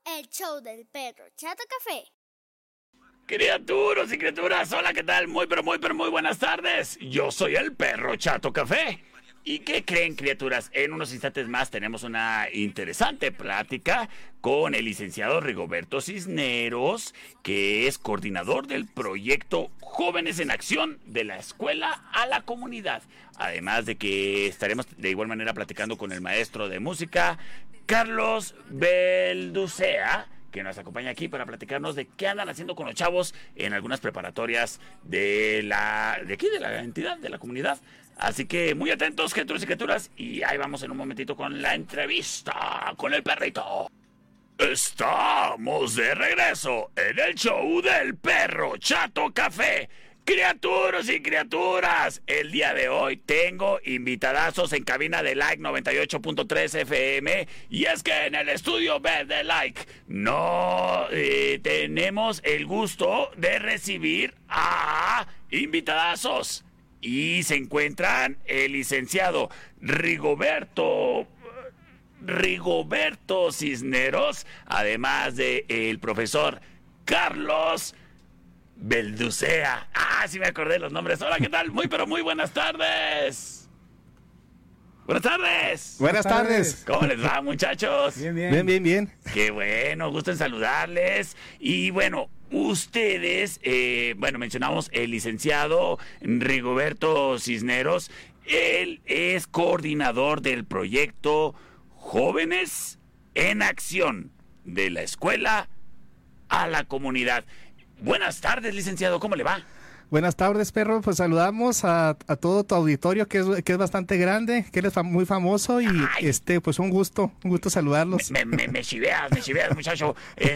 El show del perro Chato Café. Criaturas y criaturas, hola, ¿qué tal? Muy buenas tardes. Yo soy el perro Chato Café. ¿Y qué creen, criaturas? En unos instantes más tenemos una interesante plática con el licenciado Rigoberto Cisneros, que es coordinador del proyecto Jóvenes en Acción de la Escuela a la Comunidad. Además de que estaremos de igual manera platicando con el maestro de música, Carlos Belducea, que nos acompaña aquí para platicarnos de qué andan haciendo con los chavos en algunas preparatorias de la entidad, de la comunidad. Así que muy atentos, criaturas y criaturas, y ahí vamos en un momentito con la entrevista con el perrito. Estamos de regreso en el show del perro Chato Café. Criaturas y criaturas, el día de hoy tengo invitadazos en cabina de Like 98.3 FM, y es que en el estudio B de Like tenemos el gusto de recibir a invitadazos, y se encuentran el licenciado Rigoberto Cisneros, además de el profesor Carlos Belducea. Sí me acordé los nombres. Hola, ¿qué tal? Muy buenas tardes. Buenas tardes. Buenas tardes. ¿Cómo les va, muchachos? Bien. Qué bueno, gusto en saludarles. Y bueno, ustedes, mencionamos el licenciado Rigoberto Cisneros. Él es coordinador del proyecto Jóvenes en Acción de la Escuela a la Comunidad. Buenas tardes, licenciado, ¿cómo le va? Buenas tardes, perro. Pues saludamos a todo tu auditorio, que es bastante grande, que eres muy famoso, y pues un gusto saludarlos. Me chiveas, muchacho.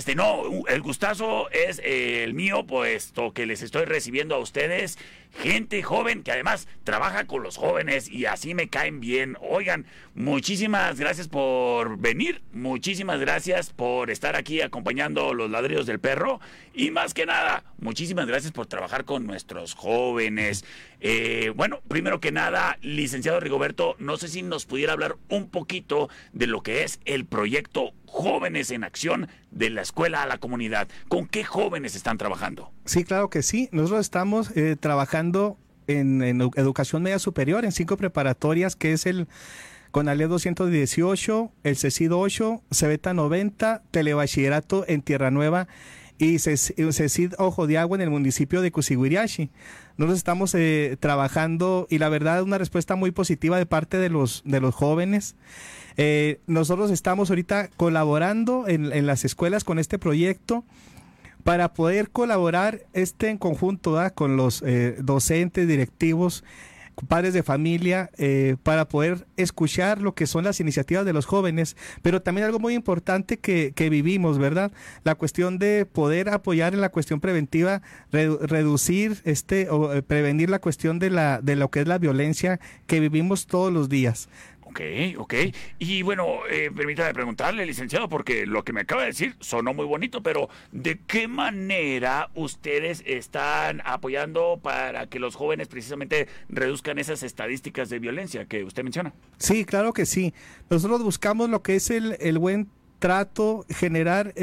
El gustazo es el mío, puesto que les estoy recibiendo a ustedes, gente joven que además trabaja con los jóvenes y así me caen bien. Oigan, muchísimas gracias por venir, muchísimas gracias por estar aquí acompañando los ladridos del perro, y más que nada, muchísimas gracias por trabajar con nuestros jóvenes. Primero que nada, licenciado Rigoberto, no sé si nos pudiera hablar un poquito de lo que es el proyecto Jóvenes en Acción de la Escuela a la Comunidad. ¿Con qué jóvenes están trabajando? Sí, claro que sí. Nosotros estamos trabajando en educación media superior, en 5 preparatorias, que es el CONALEP 218, el CECID 8, CEBETA 90, Telebachillerato en Tierra Nueva y CECID Ojo de Agua en el municipio de Cusigüiriaxi. Nosotros estamos trabajando, y la verdad una respuesta muy positiva de parte de los jóvenes. Nosotros estamos ahorita colaborando en las escuelas con este proyecto para poder colaborar en conjunto con los docentes, directivos, padres de familia, para poder escuchar lo que son las iniciativas de los jóvenes, pero también algo muy importante que vivimos, ¿verdad? La cuestión de poder apoyar en la cuestión preventiva, reducir o prevenir la cuestión de lo que es la violencia que vivimos todos los días. Ok. Y bueno, permítame preguntarle, licenciado, porque lo que me acaba de decir sonó muy bonito, pero ¿de qué manera ustedes están apoyando para que los jóvenes precisamente reduzcan esas estadísticas de violencia que usted menciona? Sí, claro que sí. Nosotros buscamos lo que es el buen trato, generar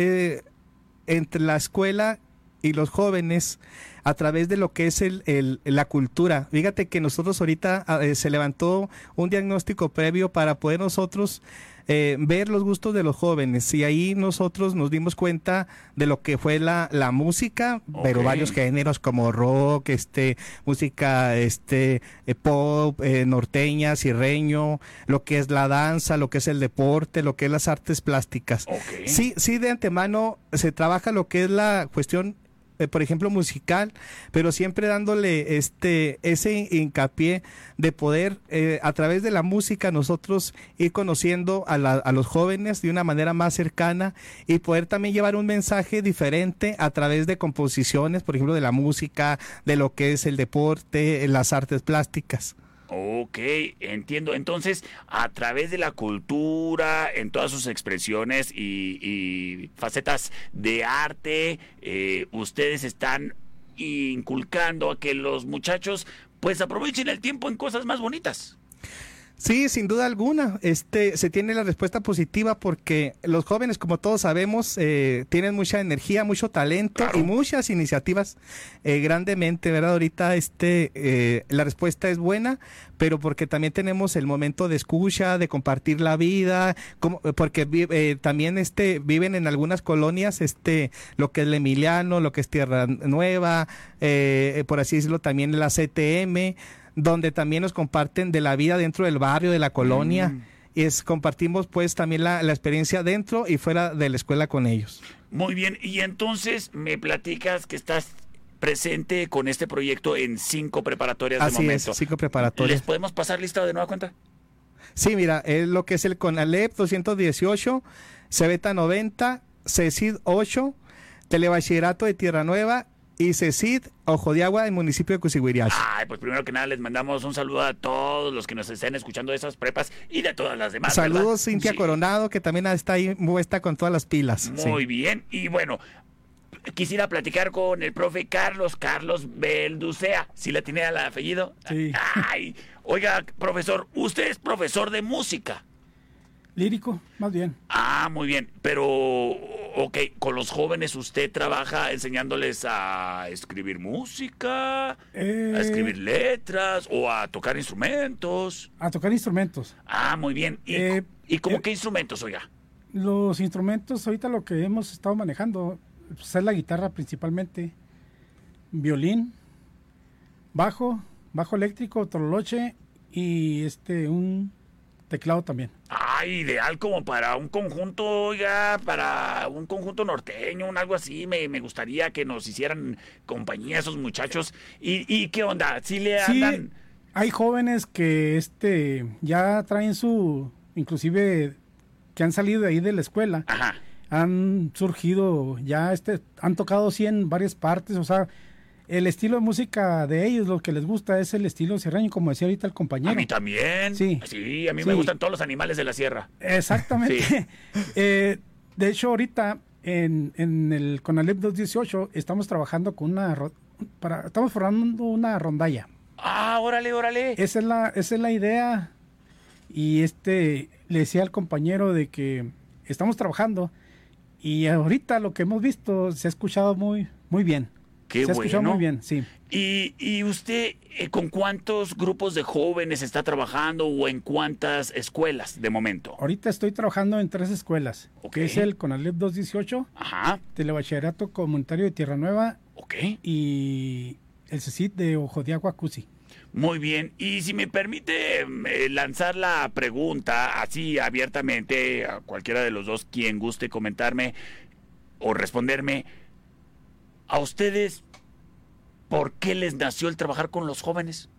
entre la escuela y los jóvenes a través de lo que es la cultura. Fíjate que nosotros ahorita se levantó un diagnóstico previo para poder nosotros ver los gustos de los jóvenes, y ahí nosotros nos dimos cuenta de lo que fue la música, pero varios géneros como rock, música pop, norteña, sierreño, lo que es la danza, lo que es el deporte, lo que es las artes plásticas. Sí, de antemano se trabaja lo que es la cuestión, por ejemplo, musical, pero siempre dándole ese hincapié de poder a través de la música nosotros ir conociendo a los jóvenes de una manera más cercana, y poder también llevar un mensaje diferente a través de composiciones, por ejemplo, de la música, de lo que es el deporte, las artes plásticas. Ok, entiendo. Entonces, a través de la cultura, en todas sus expresiones y facetas de arte, ustedes están inculcando a que los muchachos pues aprovechen el tiempo en cosas más bonitas. Sí, sin duda alguna, se tiene la respuesta positiva porque los jóvenes, como todos sabemos, tienen mucha energía, mucho talento, claro, y muchas iniciativas grandemente, ¿verdad? Ahorita la respuesta es buena, pero porque también tenemos el momento de escucha, de compartir la vida, porque también viven en algunas colonias, lo que es el Emiliano, lo que es Tierra Nueva, por así decirlo, también la CTM, donde también nos comparten de la vida dentro del barrio, de la colonia. Compartimos pues también la experiencia dentro y fuera de la escuela con ellos. Muy bien, y entonces me platicas que estás presente con este proyecto en 5 preparatorias de momento. Así es, 5 preparatorias. ¿Les podemos pasar lista de nueva cuenta? Sí, mira, es lo que es el CONALEP 218, CEBETA 90, CECID 8, Telebachillerato de Tierra Nueva y CECID Ojo de Agua, en municipio de Cusigüiriash. Ay, pues primero que nada les mandamos un saludo a todos los que nos estén escuchando de esas prepas y de todas las demás. Saludos, ¿verdad? Cintia Coronado, que también está ahí puesta con todas las pilas. Muy bien, y bueno, quisiera platicar con el profe Carlos Belducea. ¿Sí le tiene el apellido? Sí. Ay, oiga, profesor, usted es profesor de música. Lírico, más bien. Ah, muy bien, pero, ok, con los jóvenes usted trabaja enseñándoles a escribir música, a escribir letras o a tocar instrumentos. A tocar instrumentos. Ah, muy bien. ¿Y cómo qué instrumentos, oiga? Los instrumentos, ahorita lo que hemos estado manejando, pues, es la guitarra principalmente, violín, bajo eléctrico, tololoche y un teclado también. Ah, ideal como para un conjunto, oiga, para un conjunto norteño, algo así. Me gustaría que nos hicieran compañía esos muchachos. ¿Y qué onda? ¿Sí le andan? Sí, hay jóvenes que ya traen inclusive que han salido de ahí de la escuela. Ajá. Han surgido, ya han tocado sí en varias partes, o sea, el estilo de música de ellos, lo que les gusta es el estilo sierreño, como decía ahorita el compañero. A mí también. Sí, a mí me gustan todos los animales de la sierra. Exactamente. Sí. De hecho, ahorita en el CONALEP 218 estamos trabajando con estamos formando una rondalla. Ah, órale. Esa es la idea. Y le decía al compañero de que estamos trabajando y ahorita lo que hemos visto se ha escuchado muy, muy bien. Qué se ha escuchado bueno. muy bien, sí. ¿Y usted con cuántos grupos de jóvenes está trabajando o en cuántas escuelas de momento? Ahorita estoy trabajando en 3 escuelas, que es el CONALEP 218, Ajá. Telebachillerato Comunitario de Tierra Nueva, Ok. y el CECID de Ojo de Agua, Cusi. Muy bien, y si me permite lanzar la pregunta así abiertamente a cualquiera de los dos, quien guste comentarme o responderme, ¿a ustedes por qué les nació el trabajar con los jóvenes?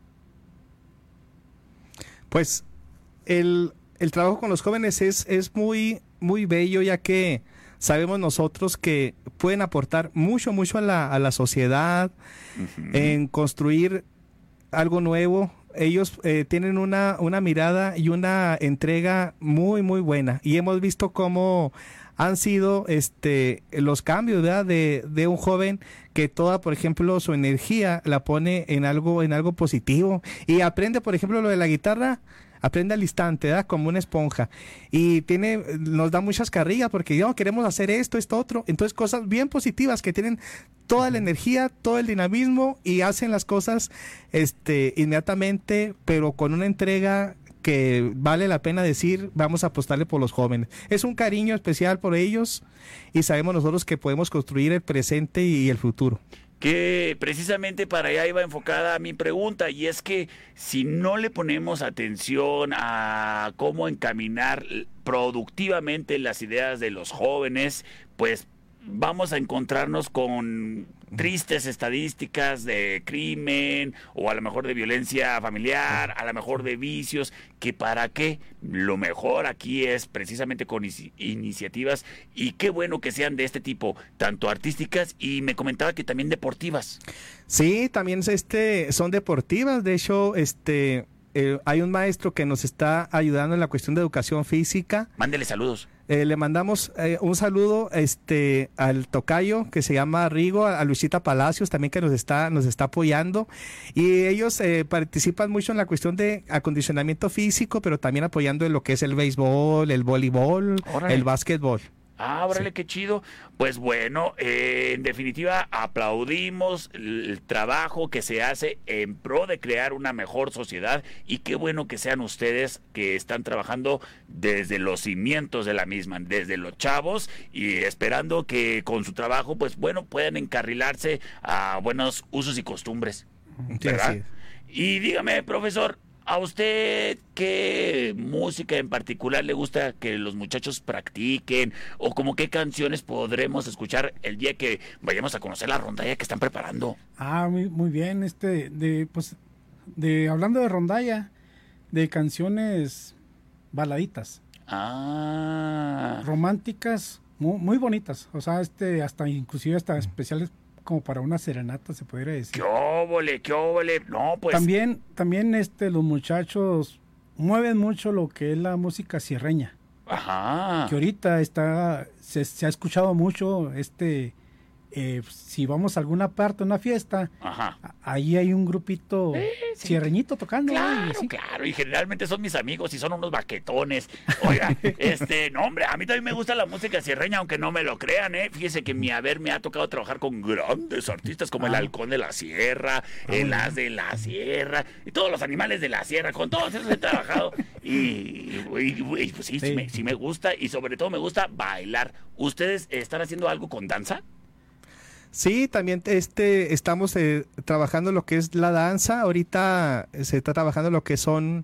Pues el trabajo con los jóvenes es muy, muy bello, ya que sabemos nosotros que pueden aportar mucho a la sociedad, en construir algo nuevo. Ellos tienen una mirada y una entrega muy, muy buena. Y hemos visto cómo han sido los cambios, ¿verdad? De un joven que toda, por ejemplo, su energía la pone en algo positivo. Y aprende, por ejemplo, lo de la guitarra, aprende al instante, ¿verdad? Como una esponja. Y nos da muchas carrillas porque queremos hacer esto, otro. Entonces, cosas bien positivas que tienen toda la energía, todo el dinamismo y hacen las cosas inmediatamente, pero con una entrega que vale la pena decir, vamos a apostarle por los jóvenes. Es un cariño especial por ellos y sabemos nosotros que podemos construir el presente y el futuro. Que precisamente para allá iba enfocada mi pregunta, y es que si no le ponemos atención a cómo encaminar productivamente las ideas de los jóvenes, pues vamos a encontrarnos con tristes estadísticas de crimen o a lo mejor de violencia familiar, a lo mejor de vicios, que para qué. Lo mejor aquí es precisamente con iniciativas, y qué bueno que sean de este tipo, tanto artísticas y me comentaba que también deportivas. Sí, también son deportivas. De hecho, hay un maestro que nos está ayudando en la cuestión de educación física. Mándele saludos. Le mandamos un saludo al tocayo que se llama Rigo, a Luisita Palacios también, que nos está apoyando, y ellos participan mucho en la cuestión de acondicionamiento físico, pero también apoyando en lo que es el béisbol, el voleibol, Órale. el básquetbol. Ah, órale, Sí. qué chido. Pues bueno, en definitiva, aplaudimos el trabajo que se hace en pro de crear una mejor sociedad, y qué bueno que sean ustedes que están trabajando desde los cimientos de la misma, desde los chavos, y esperando que con su trabajo, pues bueno, puedan encarrilarse a buenos usos y costumbres, Sí, ¿verdad? así es. Y dígame, profesor, ¿a usted qué música en particular le gusta que los muchachos practiquen? ¿O como qué canciones podremos escuchar el día que vayamos a conocer la rondalla que están preparando? Muy bien, hablando de rondalla, de canciones baladitas, Ah, románticas, muy bonitas, o sea, hasta inclusive hasta especiales como para una serenata, se podría decir. qué óvole, qué óvole. No, pues... También los muchachos mueven mucho lo que es la música sierreña, Ajá. que ahorita se ha escuchado mucho, si vamos a alguna parte, a una fiesta, Ajá. ahí hay un grupito sí. sierreñito tocando. Claro, y así. claro, y generalmente son mis amigos y son unos baquetones. Oiga, no, hombre, a mí también me gusta la música sierreña, aunque no me lo crean, ¿eh? Fíjese que me ha tocado trabajar con grandes artistas como el Halcón de la Sierra, el As de la Sierra, y todos los animales de la sierra, con todos esos he trabajado, y pues sí, Sí. sí me gusta, y sobre todo me gusta bailar. ¿Ustedes están haciendo algo con danza? Sí, también estamos trabajando lo que es la danza. Ahorita se está trabajando lo que son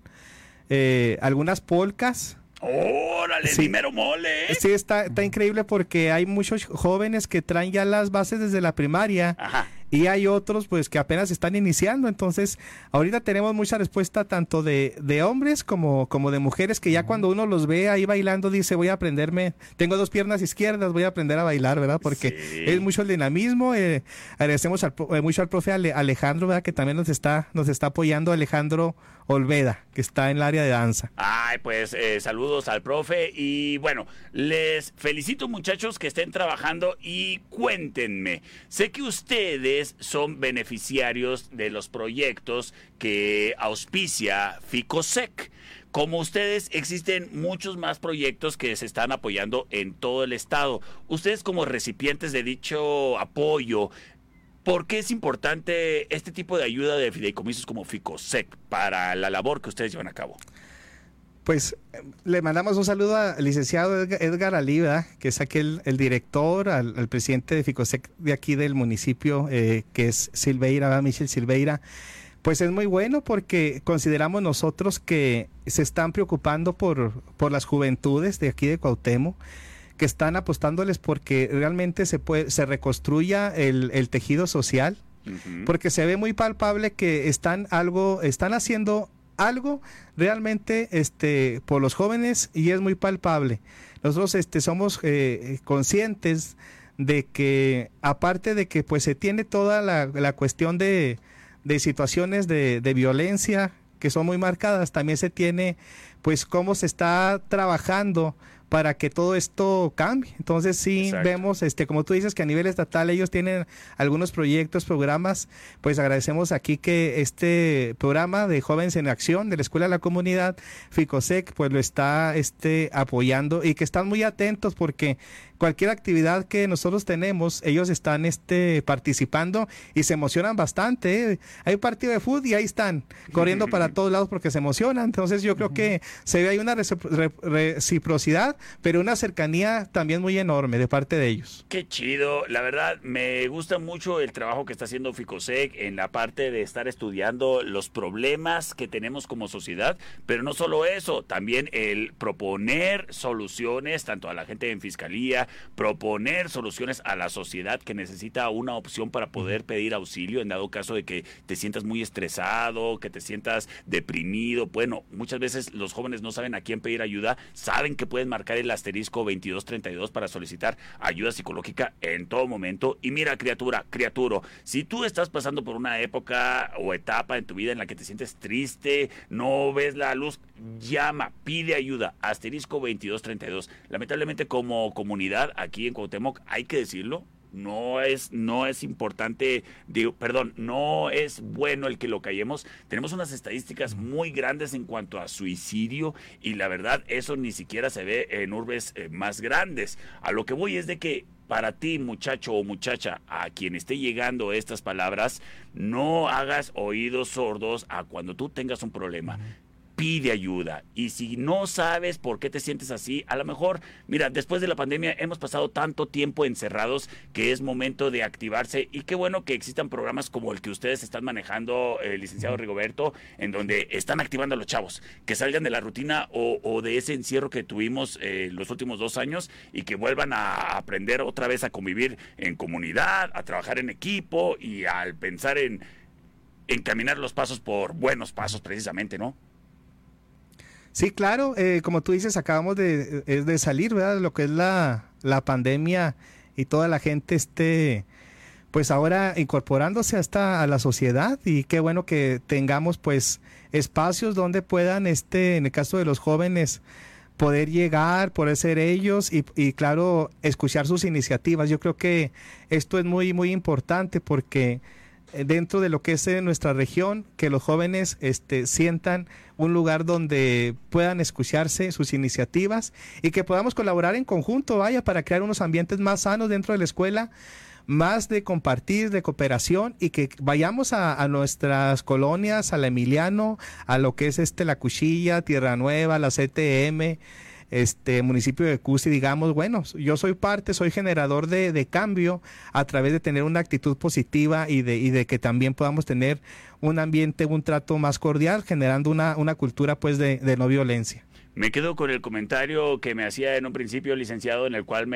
algunas polcas. ¡Órale, Sí. primero mole! Sí, está increíble porque hay muchos jóvenes que traen ya las bases desde la primaria. Ajá. Y hay otros pues que apenas están iniciando. Entonces ahorita tenemos mucha respuesta tanto de hombres como de mujeres, que ya cuando uno los ve ahí bailando dice, voy a aprenderme, tengo 2 piernas izquierdas, voy a aprender a bailar, ¿verdad? Porque Sí. es mucho el dinamismo. Agradecemos mucho al profe Alejandro, ¿verdad? Que también nos está apoyando, Alejandro Olveda, que está en el área de danza. Ay, pues saludos al profe, y bueno, les felicito, muchachos, que estén trabajando, y cuéntenme, sé que ustedes son beneficiarios de los proyectos que auspicia Ficosec. Como ustedes, existen muchos más proyectos que se están apoyando en todo el estado. Ustedes, como recipientes de dicho apoyo, ¿por qué es importante este tipo de ayuda de fideicomisos como Ficosec para la labor que ustedes llevan a cabo? Pues le mandamos un saludo al licenciado Edgar Ali, ¿verdad? Que es aquí el director, al presidente de Ficosec de aquí del municipio, que es Silveira, ¿verdad? Michel Silveira. Pues es muy bueno porque consideramos nosotros que se están preocupando por las juventudes de aquí de Cuauhtémoc, que están apostándoles porque realmente se reconstruya el tejido social, porque se ve muy palpable que están haciendo algo realmente por los jóvenes, y es muy palpable. Nosotros somos conscientes de que, aparte de que pues se tiene toda la cuestión de situaciones de violencia que son muy marcadas, también se tiene pues cómo se está trabajando para que todo esto cambie. Entonces sí. Exacto. Vemos, como tú dices, que a nivel estatal ellos tienen algunos proyectos, programas. Pues agradecemos aquí que este programa de Jóvenes en Acción de la Escuela de la Comunidad, Ficosec, pues lo está apoyando, y que están muy atentos porque cualquier actividad que nosotros tenemos, ellos están participando y se emocionan bastante, ¿eh? Hay un partido de fútbol y ahí están corriendo para todos lados porque se emocionan. Entonces yo creo que se ve ahí una reciprocidad, pero una cercanía también muy enorme de parte de ellos. Qué chido, la verdad me gusta mucho el trabajo que está haciendo Ficosec en la parte de estar estudiando los problemas que tenemos como sociedad, pero no solo eso, también el proponer soluciones tanto a la gente en fiscalía vaya, proponer soluciones a la sociedad que necesita una opción para poder pedir auxilio en dado caso de que te sientas muy estresado, que te sientas deprimido. Bueno, muchas veces los jóvenes no saben a quién pedir ayuda, saben que pueden marcar el asterisco 2232 para solicitar ayuda psicológica en todo momento. Y mira, criaturo, si tú estás pasando por una época o etapa en tu vida en la que te sientes triste, no ves la luz, llama, pide ayuda, asterisco 2232. Lamentablemente, como comunidad aquí en Cuauhtémoc, hay que decirlo, no es importante, no es bueno el que lo callemos. Tenemos unas estadísticas muy grandes en cuanto a suicidio y la verdad eso ni siquiera se ve en urbes más grandes. A lo que voy es de que para ti, muchacho o muchacha, a quien esté llegando estas palabras, no hagas oídos sordos a cuando tú tengas un problema. Pide ayuda. Y si no sabes por qué te sientes así, a lo mejor, mira, después de la pandemia hemos pasado tanto tiempo encerrados que es momento de activarse, y qué bueno que existan programas como el que ustedes están manejando, licenciado Rigoberto, en donde están activando a los chavos, que salgan de la rutina o de ese encierro que tuvimos los últimos 2 años y que vuelvan a aprender otra vez a convivir en comunidad, a trabajar en equipo y al pensar en caminar los pasos por buenos pasos precisamente, ¿no? Sí, claro, como tú dices, acabamos de salir, ¿verdad? Lo que es la pandemia y toda la gente pues ahora incorporándose hasta a la sociedad, y qué bueno que tengamos pues espacios donde puedan, en el caso de los jóvenes, poder llegar, poder ser ellos y claro, escuchar sus iniciativas. Yo creo que esto es muy, muy importante porque dentro de lo que es nuestra región, que los jóvenes sientan un lugar donde puedan escucharse sus iniciativas y que podamos colaborar en conjunto, para crear unos ambientes más sanos dentro de la escuela, más de compartir, de cooperación, y que vayamos a nuestras colonias, a la Emiliano, a lo que es la Cuchilla, Tierra Nueva, la CTM, municipio de Cusi, digamos, bueno, yo soy generador de cambio a través de tener una actitud positiva y de que también podamos tener un ambiente, un trato más cordial, generando una cultura pues de no violencia. Me quedo con el comentario que me hacía en un principio, licenciado, en el cual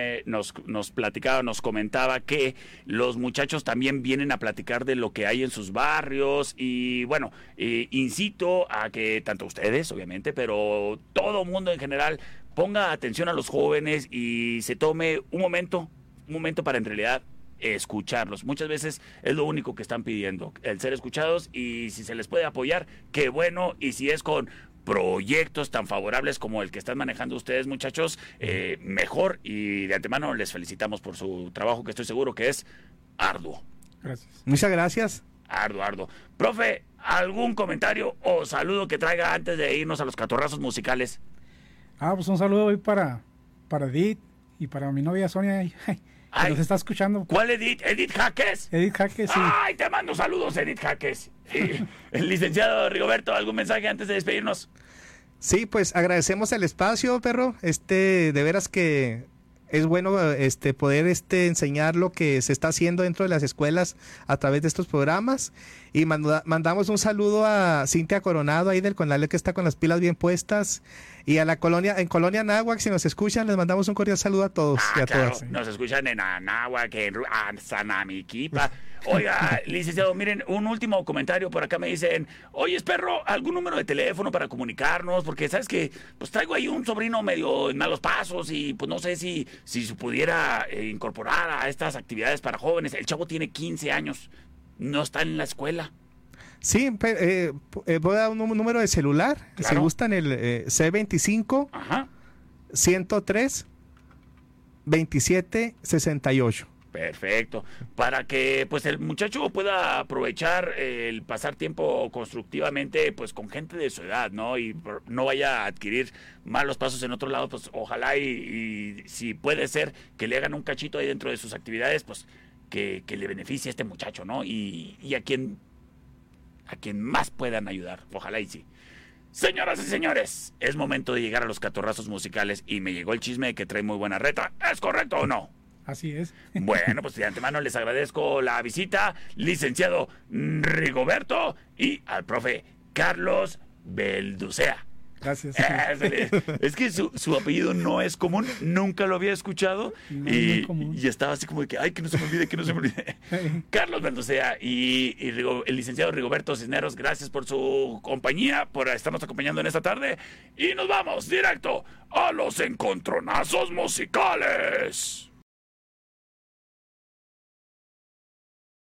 nos comentaba que los muchachos también vienen a platicar de lo que hay en sus barrios y bueno, incito a que tanto ustedes, obviamente, pero todo mundo en general ponga atención a los jóvenes y se tome un momento para en realidad escucharlos. Muchas veces es lo único que están pidiendo, el ser escuchados, y si se les puede apoyar, qué bueno, y si es con proyectos tan favorables como el que están manejando ustedes, muchachos, mejor, y de antemano les felicitamos por su trabajo, que estoy seguro que es arduo. Gracias. Muchas gracias. Arduo. Profe, ¿algún comentario o saludo que traiga antes de irnos a los catorrazos musicales? Pues un saludo hoy para Edith y para mi novia Sonia, que nos está escuchando. ¿Cuál Edith? ¿Edith Jaques? Edith Jaques, sí. ¡Ay, te mando saludos, Edith Jaques! El licenciado Rigoberto, ¿algún mensaje antes de despedirnos? Sí, pues agradecemos el espacio, perro. De veras que es bueno poder enseñar lo que se está haciendo dentro de las escuelas a través de estos programas. Y mandamos un saludo a Cintia Coronado, ahí del Conalep, que está con las pilas bien puestas. Y a la Colonia Anáhuac, si nos escuchan, les mandamos un cordial saludo a todos y a claro, todas. Nos escuchan en Anáhuac, en Sanamiquipa. Oiga, licenciado, miren, un último comentario por acá. Me dicen, oye, perro, ¿algún número de teléfono para comunicarnos? Porque, ¿sabes qué? Pues traigo ahí un sobrino medio en malos pasos y pues no sé si se pudiera incorporar a estas actividades para jóvenes. El chavo tiene 15 años, no está en la escuela. Sí, voy a dar un número de celular, claro. Si gustan, el C25 103 27 68. Perfecto, para que pues el muchacho pueda aprovechar el pasar tiempo constructivamente pues con gente de su edad, ¿no? Y no vaya a adquirir malos pasos en otro lado, pues ojalá y si puede ser que le hagan un cachito ahí dentro de sus actividades, pues que le beneficie a este muchacho, ¿no? Y a quien más puedan ayudar, ojalá y sí. Señoras y señores, es momento de llegar a los catorrazos musicales y me llegó el chisme de que trae muy buena reta, ¿es correcto o no? Así es. Bueno, pues de antemano les agradezco la visita, licenciado Rigoberto, y al profe Carlos Belducea. Gracias. Es que su apellido no es común, nunca lo había escuchado y estaba así como de que, ay, que no se me olvide, que no se me olvide. Carlos Baldosea y el licenciado Rigoberto Cisneros, gracias por su compañía, por estarnos acompañando en esta tarde y nos vamos directo a los encontronazos musicales.